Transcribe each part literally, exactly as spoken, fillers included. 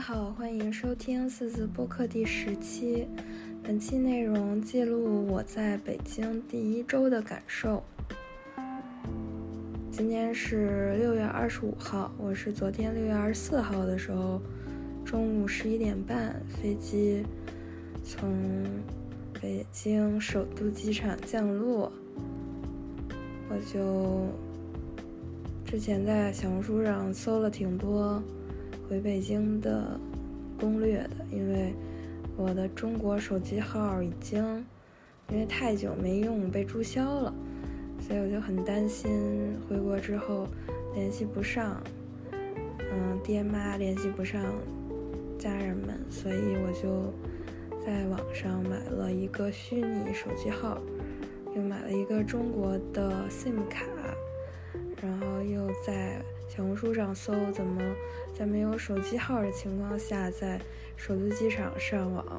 好，欢迎收听四字播客第十期。本期内容记录我在北京第一周的感受。今天是六月二十五号，我是昨天六月二十四号的时候，中午十一点半飞机从北京首都机场降落。我就之前在小红书上搜了挺多回北京的攻略的，因为我的中国手机号已经因为太久没用被注销了，所以我就很担心回国之后联系不上嗯，爹妈联系不上家人们，所以我就在网上买了一个虚拟手机号，又买了一个中国的 SIM 卡，然后又在小红书上搜怎么在没有手机号的情况下在首都机场上网。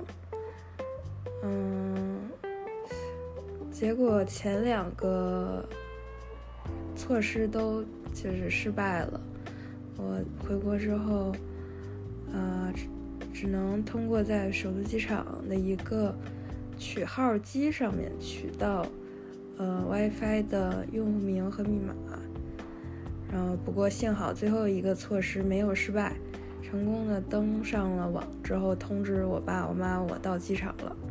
嗯，结果前两个措施都就是失败了。我回国之后呃，只能通过在首都机场的一个取号机上面取到呃 WiFi 的用户名和密码，然后不过幸好最后一个措施没有失败，成功的登上了网之后通知我爸我妈我到机场了。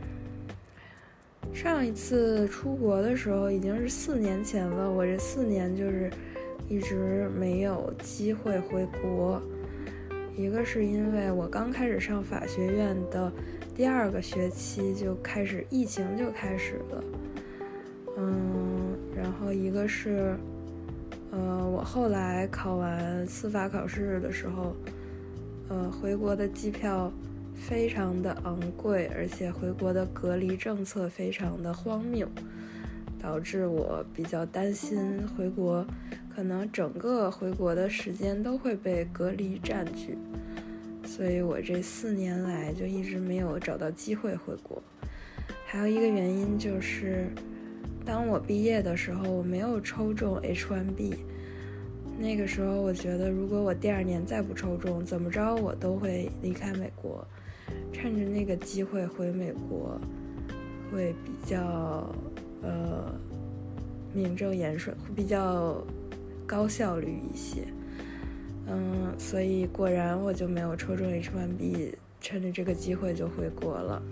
上一次出国的时候已经是四年前了，我这四年就是一直没有机会回国。一个是因为我刚开始上法学院的第二个学期就开始疫情就开始了，嗯，然后一个是呃，我后来考完司法考试的时候，呃，回国的机票非常的昂贵，而且回国的隔离政策非常的荒谬，导致我比较担心回国可能整个回国的时间都会被隔离占据，所以我这四年来就一直没有找到机会回国。还有一个原因就是当我毕业的时候我没有抽中 H 一 B， 那个时候我觉得如果我第二年再不抽中，怎么着我都会离开美国，趁着那个机会回美国会比较呃名正言顺，会比较高效率一些。嗯，所以果然我就没有抽中 H 一 B， 趁着这个机会就回国了。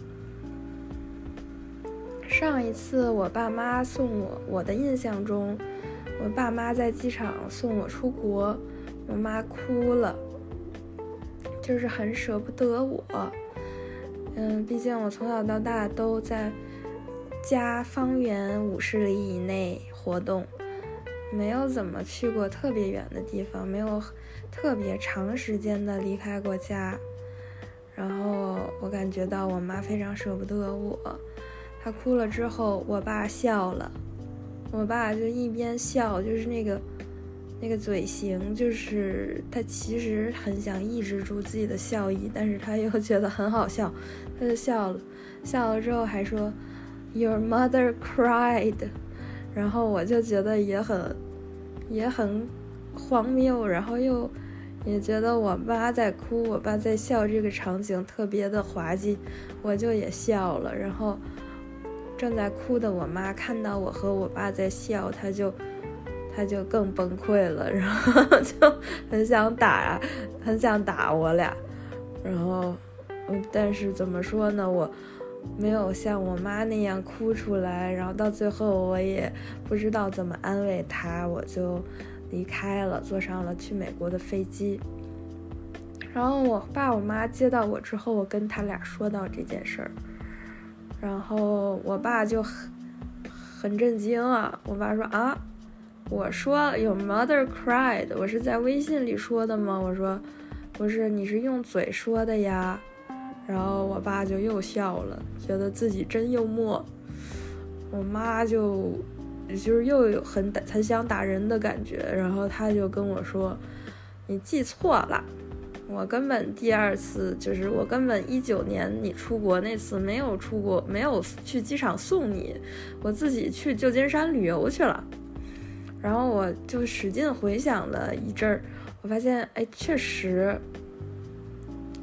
上一次我爸妈送我，我的印象中我爸妈在机场送我出国，我妈哭了，就是很舍不得我。嗯，毕竟我从小到大都在家方圆五十里以内活动，没有怎么去过特别远的地方，没有特别长时间的离开过家，然后我感觉到我妈非常舍不得我。她哭了之后我爸笑了，我爸就一边笑，就是那个那个嘴型，就是他其实很想抑制住自己的笑意，但是他又觉得很好笑，他就笑了，笑了之后还说 Your mother cried， 然后我就觉得也很也很荒谬，然后又也觉得我妈在哭我爸在笑这个场景特别的滑稽，我就也笑了。然后正在哭的我妈看到我和我爸在笑，她就她就更崩溃了，然后就很想打很想打我俩。然后嗯，但是怎么说呢，我没有像我妈那样哭出来，然后到最后我也不知道怎么安慰她，我就离开了，坐上了去美国的飞机。然后我爸我妈接到我之后，我跟他俩说到这件事儿，然后我爸就很很震惊啊，我爸说啊，我说 Your mother cried， 我是在微信里说的吗？我说不是，你是用嘴说的呀。然后我爸就又笑了，觉得自己真幽默。我妈就就是又有很很想打人的感觉，然后他就跟我说你记错了，我根本第二次就是我根本一九年你出国那次没有出国，没有去机场送你，我自己去旧金山旅游去了。然后我就使劲回想了一阵儿，我发现哎，确实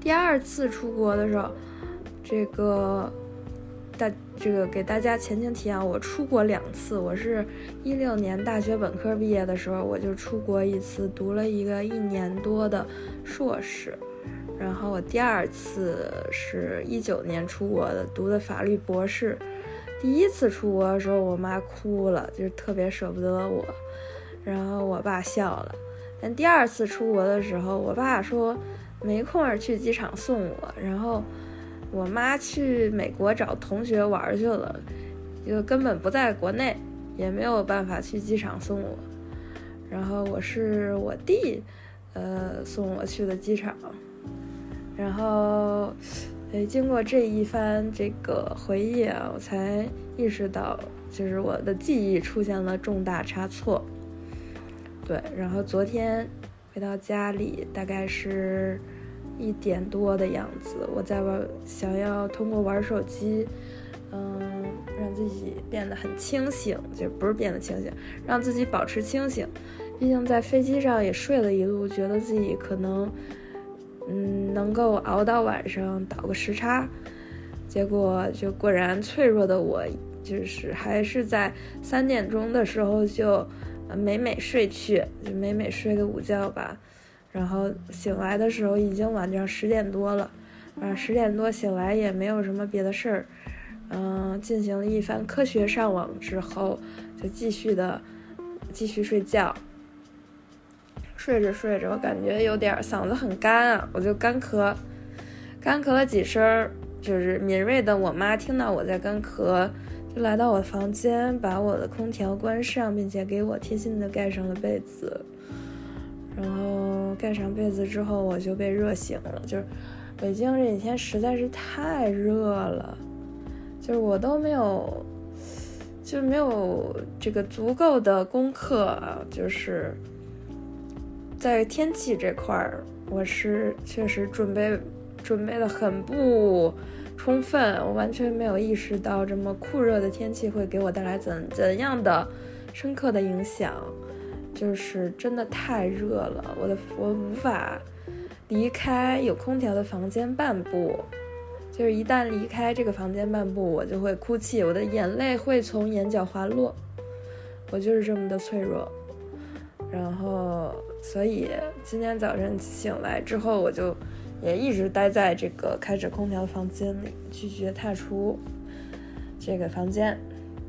第二次出国的时候，这个大这个给大家前情提要，我出国两次。我是一六年大学本科毕业的时候，我就出国一次，读了一个一年多的硕士。然后我第二次是一九年出国的，读的法律博士。第一次出国的时候，我妈哭了，就是特别舍不得我，然后我爸笑了。但第二次出国的时候，我爸说没空去机场送我，然后我妈去美国找同学玩去了，就根本不在国内，也没有办法去机场送我。然后我是我弟呃送我去的机场。然后诶，经过这一番这个回忆啊，我才意识到就是我的记忆出现了重大差错。对，然后昨天回到家里大概是一点多的样子，我在玩，想要通过玩手机嗯，让自己变得很清醒，就不是变得清醒，让自己保持清醒。毕竟在飞机上也睡了一路，觉得自己可能嗯，能够熬到晚上倒个时差，结果就果然脆弱的我，就是还是在三点钟的时候就美美睡去，就美美睡个午觉吧。然后醒来的时候已经晚上十点多了，啊，十点多醒来也没有什么别的事儿，嗯，进行了一番科学上网之后，就继续的继续睡觉。睡着睡着，我感觉有点嗓子很干啊，我就干咳，干咳了几声，就是敏锐的我妈听到我在干咳，就来到我房间，把我的空调关上，并且给我贴心的盖上了被子。然后盖上被子之后，我就被热醒了。就是北京这几天实在是太热了，就是我都没有，就没有这个足够的功课啊，就是在天气这块儿，我是确实准备准备的很不充分，我完全没有意识到这么酷热的天气会给我带来怎怎样的深刻的影响。就是真的太热了，我的我无法离开有空调的房间半步，就是一旦离开这个房间半步，我就会哭泣，我的眼泪会从眼角滑落，我就是这么的脆弱。然后所以今天早晨醒来之后，我就也一直待在这个开着空调的房间里，拒绝踏出这个房间。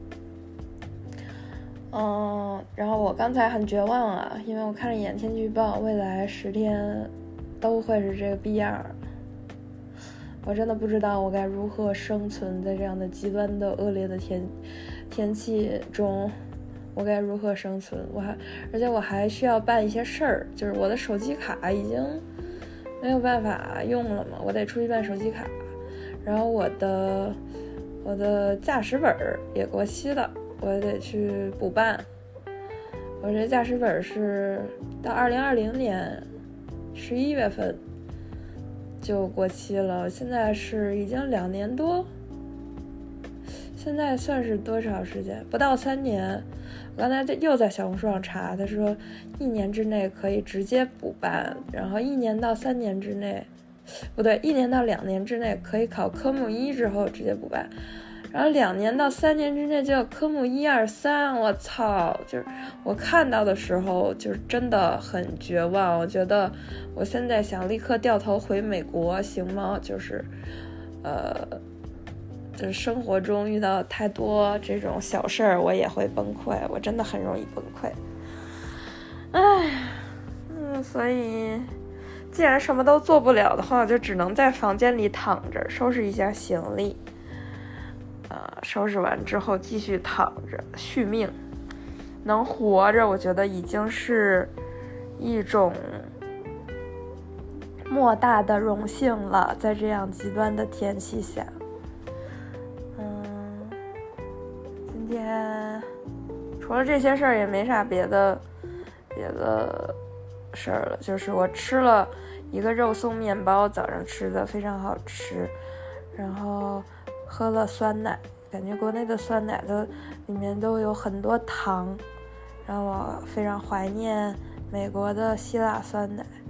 嗯，然后我刚才很绝望啊，因为我看了一眼天气预报，未来十天都会是这个逼样。我真的不知道我该如何生存在这样的极端的恶劣的天天气中，我该如何生存？我还而且我还需要办一些事儿，就是我的手机卡已经没有办法用了嘛，我得出去办手机卡。然后我的我的驾驶本也过期了，我得去补办。我这驾驶本是到二零二零年十一月份就过期了，现在是已经两年多，现在算是多少时间？不到三年。我刚才又在小红书上查，他说一年之内可以直接补办，然后一年到三年之内，不对，一年到两年之内可以考科目一之后直接补办。然后两年到三年之内就要科目一二三，我操！就是我看到的时候，就是真的很绝望。我觉得我现在想立刻掉头回美国，行吗？就是，呃，就是生活中遇到太多这种小事儿，我也会崩溃。我真的很容易崩溃。唉，嗯，所以既然什么都做不了的话，就只能在房间里躺着，收拾一下行李。呃，收拾完之后继续躺着续命，能活着，我觉得已经是一种莫大的荣幸了。在这样极端的天气下，嗯，今天除了这些事儿也没啥别的别的事儿了。就是我吃了一个肉松面包，早上吃的非常好吃，然后喝了酸奶，感觉国内的酸奶的里面都有很多糖，让我非常怀念美国的希腊酸奶。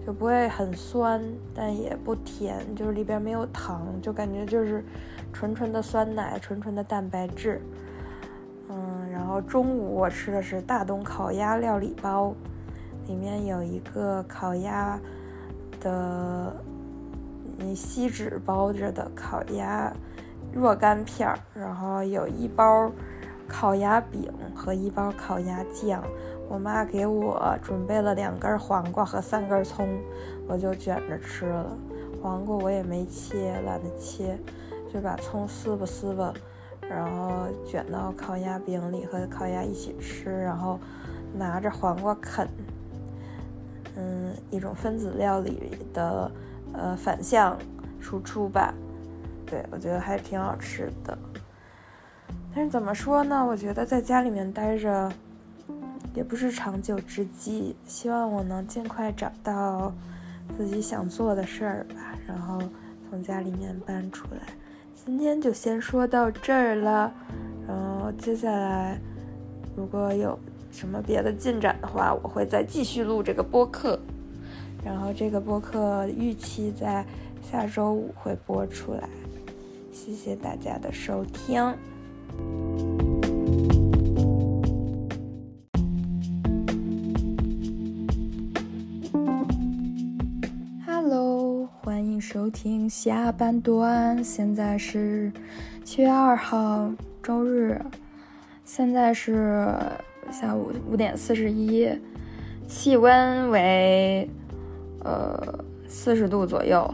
就不会很酸，但也不甜，就是里边没有糖，就感觉就是纯纯的酸奶，纯纯的蛋白质。嗯，然后中午我吃的是大东烤鸭料理包，里面有一个烤鸭的锡纸包着的烤鸭若干片，然后有一包烤鸭饼和一包烤鸭酱。我妈给我准备了两根黄瓜和三根葱，我就卷着吃了。黄瓜我也没切，懒得切，就把葱撕吧撕吧，然后卷到烤鸭饼里和烤鸭一起吃，然后拿着黄瓜啃。嗯，一种分子料理的呃反向输出吧。对，我觉得还挺好吃的。但是怎么说呢，我觉得在家里面待着也不是长久之计，希望我能尽快找到自己想做的事儿吧，然后从家里面搬出来。今天就先说到这儿了，然后接下来如果有什么别的进展的话，我会再继续录这个播客，然后这个播客预期在下周五会播出来。谢谢大家的收听。Hello， 欢迎收听下半段。现在是七月二号周日，现在是下午五点四十一，气温为呃四十度左右。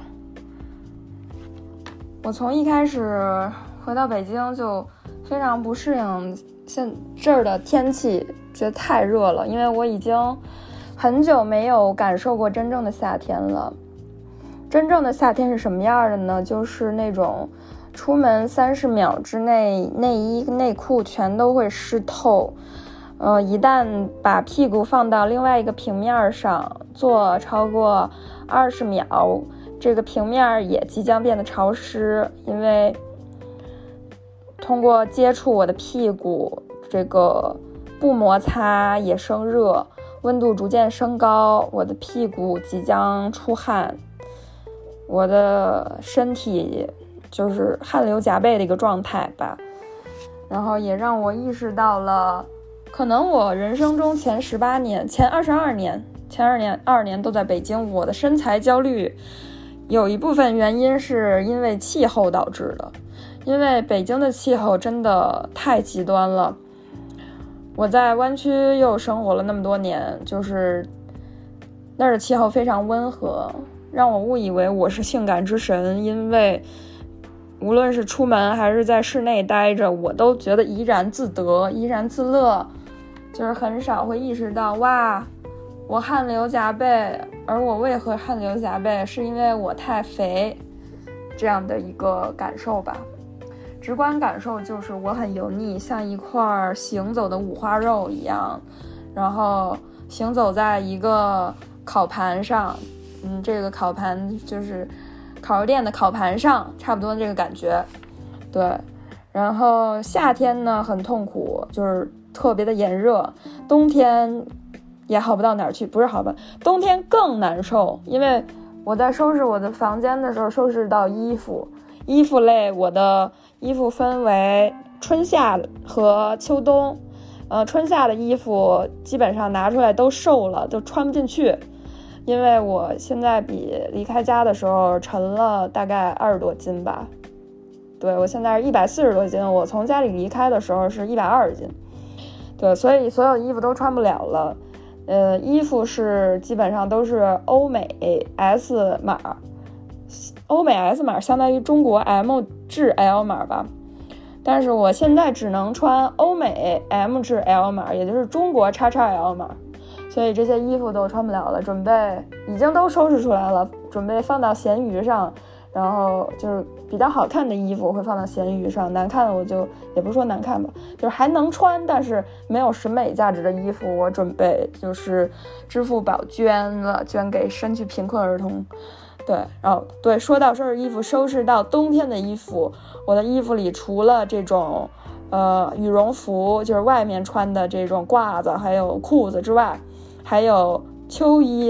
我从一开始回到北京就非常不适应现这儿的天气，觉得太热了，因为我已经很久没有感受过真正的夏天了。真正的夏天是什么样的呢？就是那种出门三十秒之内内衣内裤全都会湿透，呃，一旦把屁股放到另外一个平面上坐超过二十秒，这个平面也即将变得潮湿，因为通过接触我的屁股，这个不摩擦也生热，温度逐渐升高，我的屁股即将出汗，我的身体就是汗流浃背的一个状态吧。然后也让我意识到了，可能我人生中前十八年、前二十二年、前二年、二年都在北京，我的身材焦虑有一部分原因是因为气候导致的，因为北京的气候真的太极端了。我在湾区又生活了那么多年，就是那儿的气候非常温和，让我误以为我是性感之神，因为无论是出门还是在室内待着，我都觉得怡然自得，怡然自乐，就是很少会意识到，哇，我汗流浃背，而我为何汗流浃背，是因为我太肥，这样的一个感受吧。直观感受就是我很油腻，像一块行走的五花肉一样，然后行走在一个烤盘上，嗯，这个烤盘就是烤肉店的烤盘上，差不多这个感觉。对，然后夏天呢很痛苦，就是特别的炎热，冬天也好不到哪儿去，不是好吧，冬天更难受，因为我在收拾我的房间的时候，收拾到衣服，衣服类，我的衣服分为春夏和秋冬，呃，春夏的衣服基本上拿出来都瘦了，都穿不进去，因为我现在比离开家的时候沉了大概二十多斤吧，对，我现在是一百四十多斤，我从家里离开的时候是一百二十斤，对，所以所有衣服都穿不了了。呃，衣服是基本上都是欧美 S 码，欧美 S 码相当于中国 M 至 L 码吧，但是我现在只能穿欧美 M 至 L 码，也就是中国 X X L 码，所以这些衣服都穿不了了，准备已经都收拾出来了，准备放到闲鱼上，然后就是比较好看的衣服会放到闲鱼上，难看的我就也不是说难看吧，就是还能穿但是没有审美价值的衣服，我准备就是支付宝捐了，捐给身躯贫困儿童。对，然后对，说到收拾衣服，收拾到冬天的衣服，我的衣服里除了这种呃羽绒服，就是外面穿的这种褂子还有裤子之外，还有秋衣，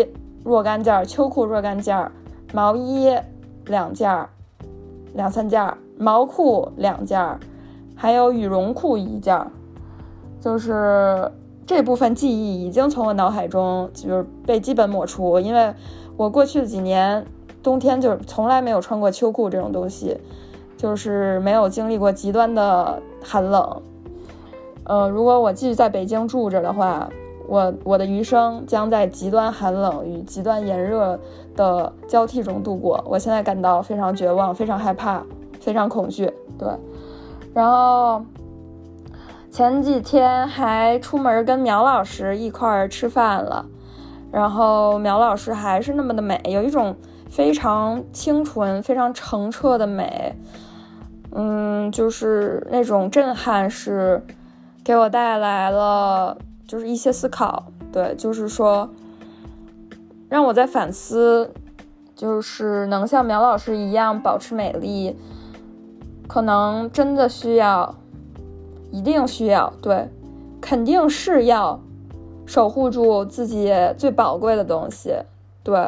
若干件，秋裤若干件，毛衣两件，两三件，毛裤两件，还有羽绒裤一件。就是这部分记忆已经从我脑海中就是被基本抹除，因为我过去的几年冬天就从来没有穿过秋裤这种东西，就是没有经历过极端的寒冷。呃，如果我继续在北京住着的话，我我的余生将在极端寒冷与极端炎热的交替中度过。我现在感到非常绝望，非常害怕，非常恐惧。对，然后前几天还出门跟苗老师一块儿吃饭了，然后苗老师还是那么的美，有一种非常清纯、非常澄澈的美。嗯，就是那种震撼是给我带来了就是一些思考。对，就是说让我在反思，就是能像苗老师一样保持美丽，可能真的需要一定需要对肯定是要守护住自己最宝贵的东西。对，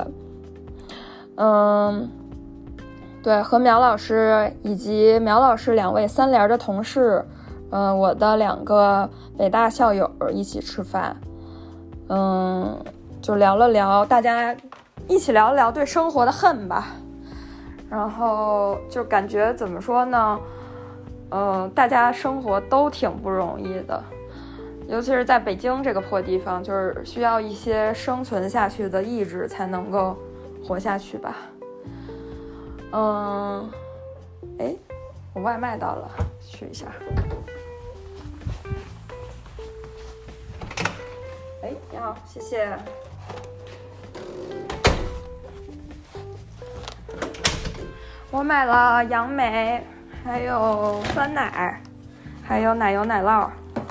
嗯，对，和苗老师以及苗老师两位三联的同事，嗯、呃，我的两个北大校友一起吃饭，嗯，就聊了聊，大家一起聊了聊对生活的恨吧。然后就感觉怎么说呢，呃，大家生活都挺不容易的，尤其是在北京这个破地方，就是需要一些生存下去的意志才能够活下去吧。嗯，哎，我外卖到了，去一下。哎，你好，谢谢。我买了杨梅，还有酸奶，还有奶油奶酪。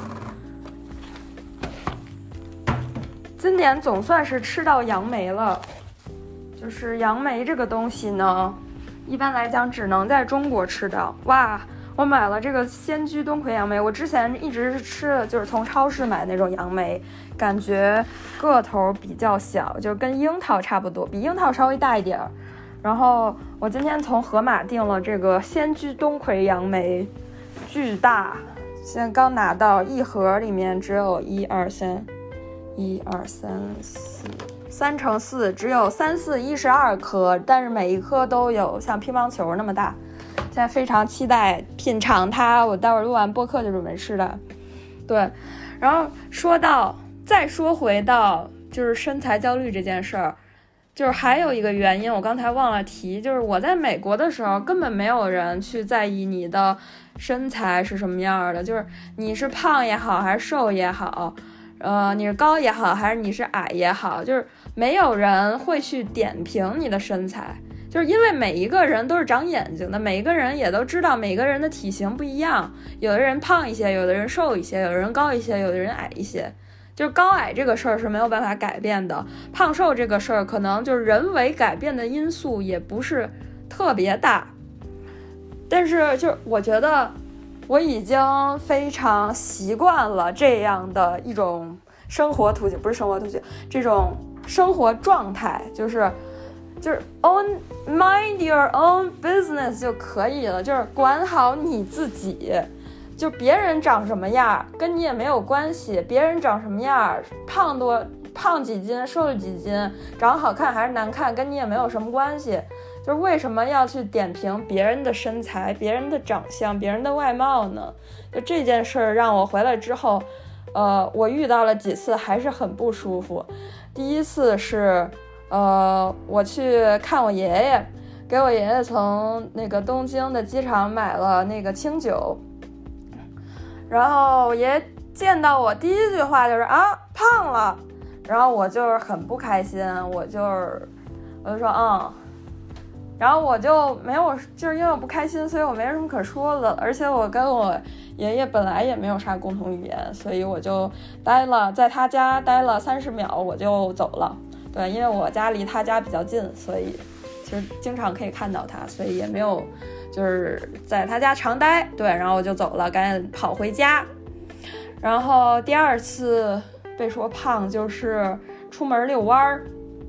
今年总算是吃到杨梅了。就是杨梅这个东西呢，一般来讲只能在中国吃到。哇，我买了这个仙居冬葵杨梅，我之前一直是吃的就是从超市买那种杨梅，感觉个头比较小，就是跟樱桃差不多，比樱桃稍微大一点。然后我今天从盒马订了这个仙居冬葵杨梅，巨大，现在刚拿到，一盒里面只有一二三一二三四三乘四，只有三四一十二颗，但是每一颗都有像乒乓球那么大。现在非常期待品尝它，我待会儿录完播客就准备吃的。对，然后说到再说回到就是身材焦虑这件事儿，就是还有一个原因我刚才忘了提，就是我在美国的时候根本没有人去在意你的身材是什么样的，就是你是胖也好还是瘦也好，呃，你是高也好还是你是矮也好，就是没有人会去点评你的身材，就是因为每一个人都是长眼睛的，每一个人也都知道每个人的体型不一样，有的人胖一些，有的人瘦一些，有的人高一些，有的人矮一些，就是高矮这个事儿是没有办法改变的，胖瘦这个事儿可能就是人为改变的因素也不是特别大，但是就是我觉得我已经非常习惯了这样的一种生活途径，不是生活途径，这种生活状态，就是就是 own mind your own business 就可以了，就是管好你自己，就别人长什么样跟你也没有关系，别人长什么样，胖多胖几斤瘦了几斤，长好看还是难看跟你也没有什么关系，就是为什么要去点评别人的身材，别人的长相，别人的外貌呢？就这件事儿让我回来之后，呃，我遇到了几次还是很不舒服。第一次是呃，我去看我爷爷，给我爷爷从那个东京的机场买了那个清酒，然后爷爷见到我第一句话就是啊胖了，然后我就是很不开心，我就是我就说嗯，然后我就没有，就是因为我不开心，所以我没什么可说的，而且我跟我爷爷本来也没有啥共同语言，所以我就待了，在他家待了三十秒我就走了。对，因为我家离他家比较近，所以其实经常可以看到他，所以也没有就是在他家常待。对，然后我就走了，赶紧跑回家。然后第二次被说胖就是出门遛弯儿，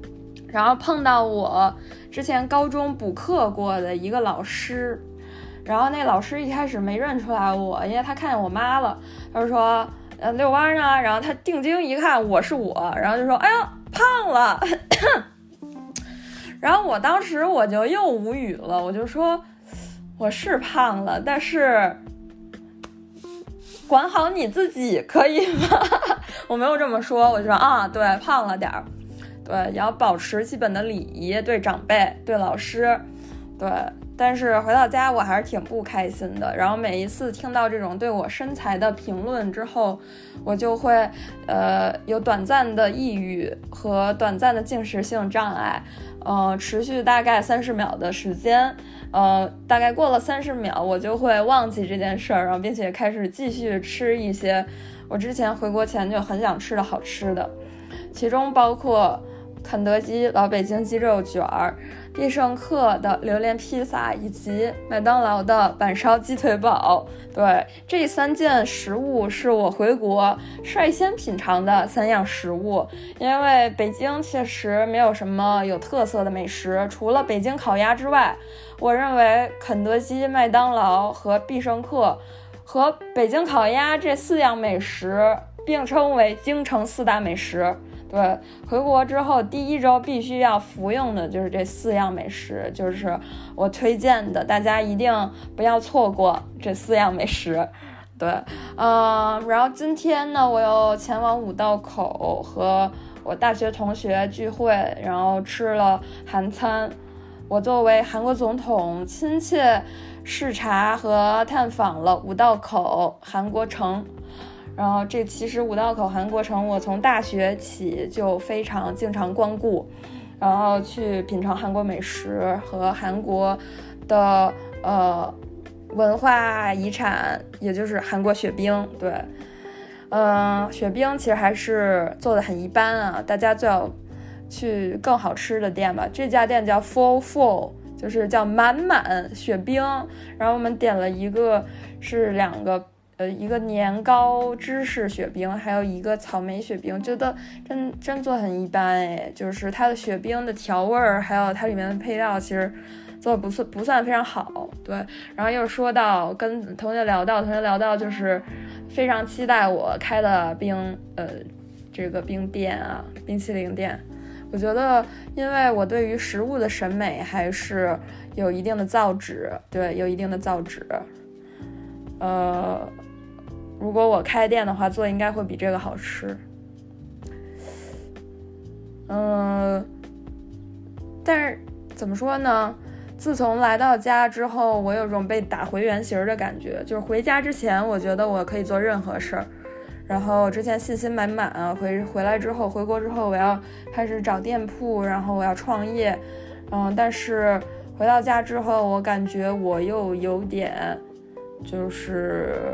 然后碰到我之前高中补课过的一个老师，然后那老师一开始没认出来我，因为他看见我妈了，他就说呃遛弯呢，然后他定睛一看我是我，然后就说哎呦胖了然后我当时我就又无语了，我就说我是胖了，但是管好你自己可以吗我没有这么说，我就说啊对胖了点儿，对也要保持基本的礼仪，对长辈对老师，对。但是回到家我还是挺不开心的，然后每一次听到这种对我身材的评论之后，我就会呃有短暂的抑郁和短暂的进食性障碍，呃持续大概三十秒的时间，呃大概过了三十秒我就会忘记这件事儿，然后并且开始继续吃一些我之前回国前就很想吃的好吃的，其中包括肯德基老北京鸡肉卷儿、必胜客的榴莲披萨以及麦当劳的板烧鸡腿堡。对，这三件食物是我回国率先品尝的三样食物，因为北京确实没有什么有特色的美食，除了北京烤鸭之外，我认为肯德基、麦当劳和必胜客和北京烤鸭这四样美食并称为京城四大美食。对，回国之后第一周必须要服用的就是这四样美食，就是我推荐的，大家一定不要错过这四样美食。对，嗯、呃，然后今天呢，我又前往五道口和我大学同学聚会，然后吃了韩餐。我作为韩国总统亲切视察和探访了五道口韩国城。然后这其实五道口韩国城我从大学起就非常经常光顾，然后去品尝韩国美食和韩国的呃文化遗产，也就是韩国雪冰。对，嗯、呃，雪冰其实还是做的很一般啊，大家最好去更好吃的店吧。这家店叫 Full Full， 就是叫满满雪冰，然后我们点了一个是两个呃，一个年糕芝士雪冰，还有一个草莓雪冰，觉得真真做很一般哎，就是它的雪冰的调味儿，还有它里面的配料，其实做的不算不算非常好。对，然后又说到跟同学聊到，同学聊到就是非常期待我开的冰呃这个冰店啊，冰淇淋店。我觉得，因为我对于食物的审美还是有一定的造纸，对，有一定的造纸，呃。如果我开店的话，做应该会比这个好吃。嗯，但是怎么说呢？自从来到家之后，我有种被打回原形的感觉。就是回家之前，我觉得我可以做任何事儿，然后之前信心满满啊。回回来之后，回国之后，我要开始找店铺，然后我要创业。嗯，但是回到家之后，我感觉我又有点就是。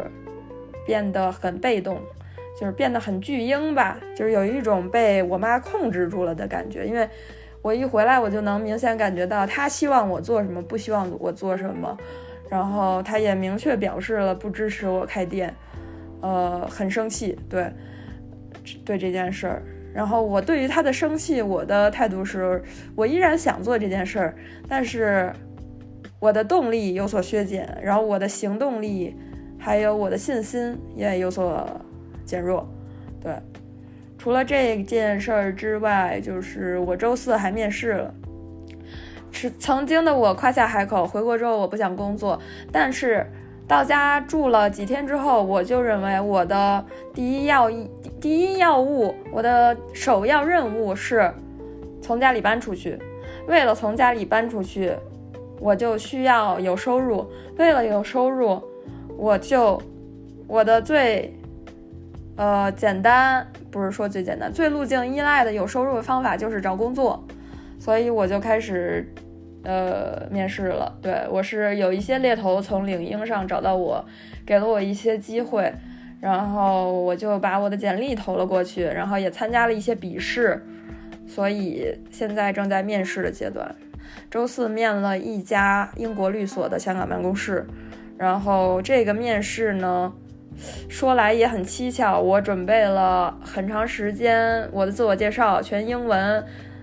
变得很被动，就是变得很巨婴吧，就是有一种被我妈控制住了的感觉。因为我一回来，我就能明显感觉到她希望我做什么，不希望我做什么，然后她也明确表示了不支持我开店，呃，很生气，对，对这件事儿。然后我对于她的生气，我的态度是，我依然想做这件事儿，但是我的动力有所削减，然后我的行动力。还有我的信心也有所减弱。对，除了这件事儿之外，就是我周四还面试了。是曾经的我夸下海口，回国之后我不想工作，但是到家住了几天之后，我就认为我的第一要第一要务，我的首要任务是从家里搬出去。为了从家里搬出去，我就需要有收入。为了有收入，我就我的最呃简单，不是说最简单，最路径依赖的有收入的方法就是找工作，所以我就开始呃面试了。对，我是有一些猎头从领英上找到我，给了我一些机会，然后我就把我的简历投了过去，然后也参加了一些笔试，所以现在正在面试的阶段。周四面了一家英国律所的香港办公室。然后这个面试呢，说来也很蹊跷，我准备了很长时间，我的自我介绍全英文，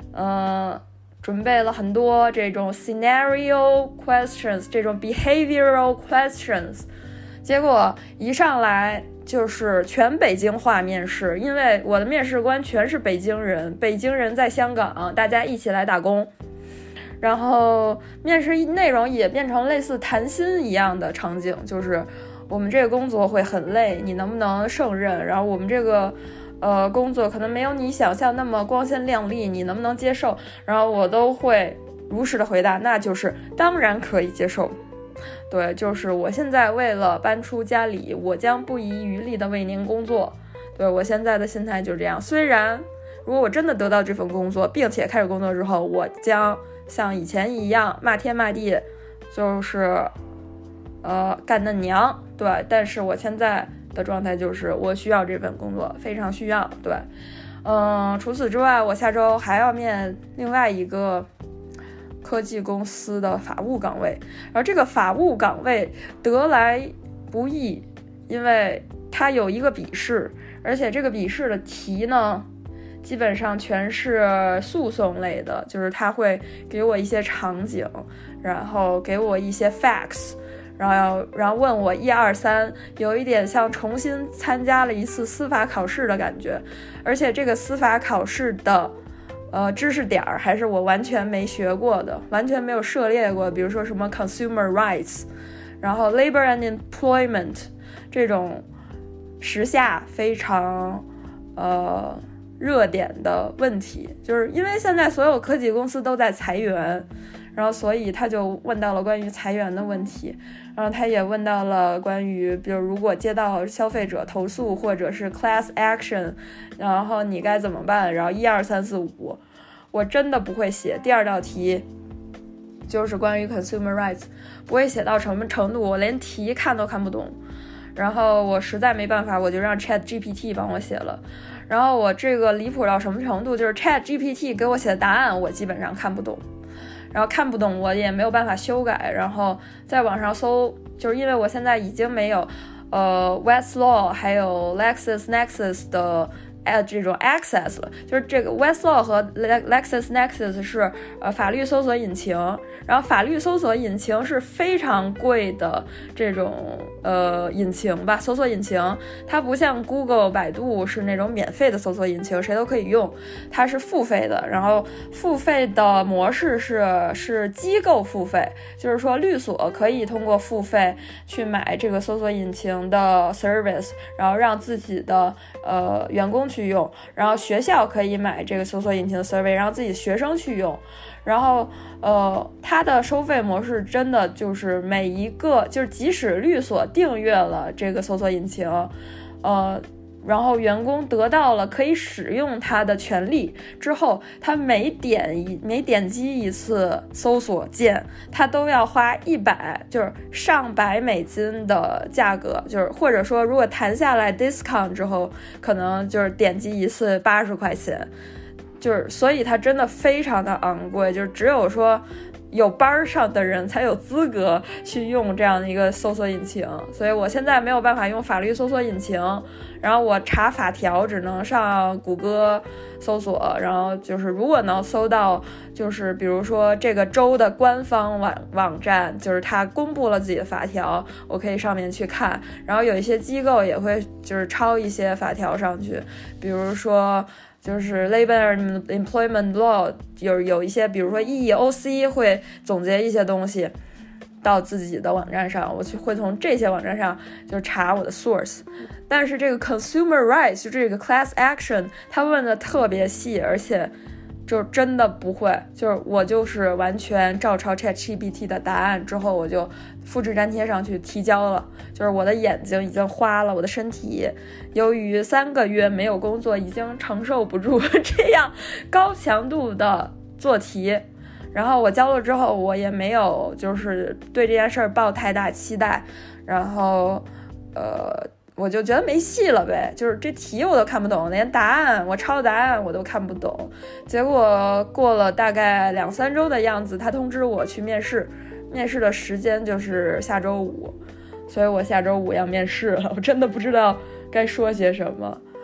呃，准备了很多这种 scenario questions， 这种 behavioral questions， 结果一上来就是全北京话面试，因为我的面试官全是北京人，北京人在香港，大家一起来打工。然后面试内容也变成类似谈心一样的场景，就是我们这个工作会很累，你能不能胜任？然后我们这个呃工作可能没有你想象那么光鲜亮丽，你能不能接受？然后我都会如实的回答，那就是当然可以接受。对，就是我现在为了搬出家里，我将不遗余力的为您工作。对，我现在的心态就是这样。虽然如果我真的得到这份工作，并且开始工作之后，我将像以前一样骂天骂地，就是呃干嫩娘。对，但是我现在的状态就是我需要这份工作，非常需要。对，嗯，除此之外，我下周还要面另外一个科技公司的法务岗位，然后这个法务岗位得来不易，因为它有一个笔试，而且这个笔试的题呢基本上全是诉讼类的，就是他会给我一些场景，然后给我一些 facts， 然后然后问我一二三，有一点像重新参加了一次司法考试的感觉。而且这个司法考试的呃知识点还是我完全没学过的，完全没有涉猎过，比如说什么 consumer rights， 然后 labor and employment 这种时下非常呃热点的问题，就是因为现在所有科技公司都在裁员，然后所以他就问到了关于裁员的问题，然后他也问到了关于比如如果接到消费者投诉或者是 class action， 然后你该怎么办，然后一二三四五，我真的不会写。第二道题就是关于 consumer rights， 不会写到什么程度，我连题看都看不懂，然后我实在没办法，我就让 Chat G P T 帮我写了。然后我这个离谱到什么程度，就是 Chat G P T 给我写的答案我基本上看不懂，然后看不懂我也没有办法修改，然后在网上搜，就是因为我现在已经没有呃 Westlaw 还有 LexisNexis 的呃这种 access 了，就是这个 Westlaw 和 LexisNexis 是呃法律搜索引擎，然后法律搜索引擎是非常贵的这种呃引擎吧，搜索引擎，它不像 Google 百度是那种免费的搜索引擎，谁都可以用，它是付费的，然后付费的模式是是机构付费，就是说律所可以通过付费去买这个搜索引擎的 service， 然后让自己的呃员工去用，然后学校可以买这个搜索引擎的 service， 让自己学生去用，然后呃，它的收费模式真的就是每一个，就是即使律所订阅了这个搜索引擎，呃，然后员工得到了可以使用它的权利之后，他每点一每点击一次搜索键，他都要花一百，就是上百美金的价格，就是或者说如果谈下来 discount 之后，可能就是点击一次八十块钱。就是所以它真的非常的昂贵，就是只有说有班上的人才有资格去用这样的一个搜索引擎，所以我现在没有办法用法律搜索引擎，然后我查法条只能上谷歌搜索，然后就是如果能搜到就是比如说这个州的官方网网站，就是它公布了自己的法条，我可以上面去看，然后有一些机构也会就是抄一些法条上去，比如说就是 Labor and Employment Law 有有一些比如说 E E O C 会总结一些东西到自己的网站上，我去会从这些网站上就查我的 source， 但是这个 Consumer Rights 就这个 Class Action 它问的特别细，而且就真的不会，就是我就是完全照抄 ChatGPT 的答案之后，我就复制粘贴上去提交了，就是我的眼睛已经花了，我的身体由于三个月没有工作已经承受不住这样高强度的做题，然后我交了之后我也没有就是对这件事儿抱太大期待，然后呃我就觉得没戏了呗，就是这题我都看不懂，连答案我抄的答案我都看不懂。结果过了大概两三周的样子，他通知我去面试，面试的时间就是下周五，所以我下周五要面试了，我真的不知道该说些什么。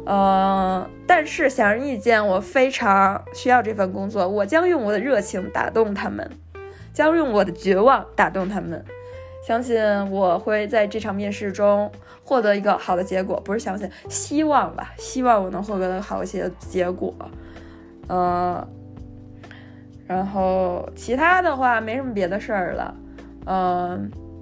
呃，但是显而易见，我非常需要这份工作，我将用我的热情打动他们，将用我的绝望打动他们。相信我会在这场面试中获得一个好的结果，不是相信，希望吧，希望我能获得好一些结果。呃，然后其他的话没什么别的事儿了，嗯、呃。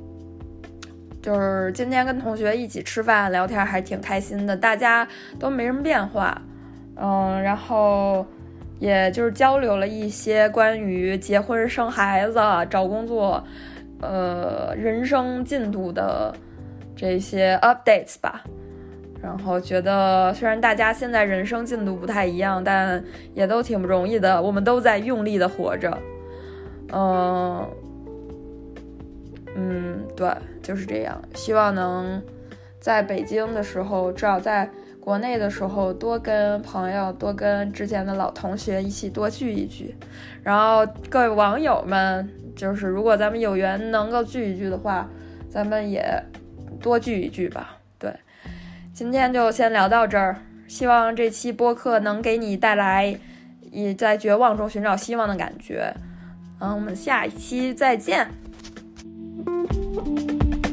就是今天跟同学一起吃饭聊天还挺开心的，大家都没什么变化，嗯，然后也就是交流了一些关于结婚生孩子找工作呃人生进度的这些 updates 吧。然后觉得虽然大家现在人生进度不太一样，但也都挺不容易的，我们都在用力的活着。嗯嗯，对，就是这样。希望能在北京的时候，至少在国内的时候，多跟朋友，多跟之前的老同学一起多聚一聚。然后各位网友们，就是如果咱们有缘能够聚一聚的话，咱们也多聚一聚吧。对，今天就先聊到这儿。希望这期播客能给你带来以在绝望中寻找希望的感觉。嗯，我们下一期再见。Thank you.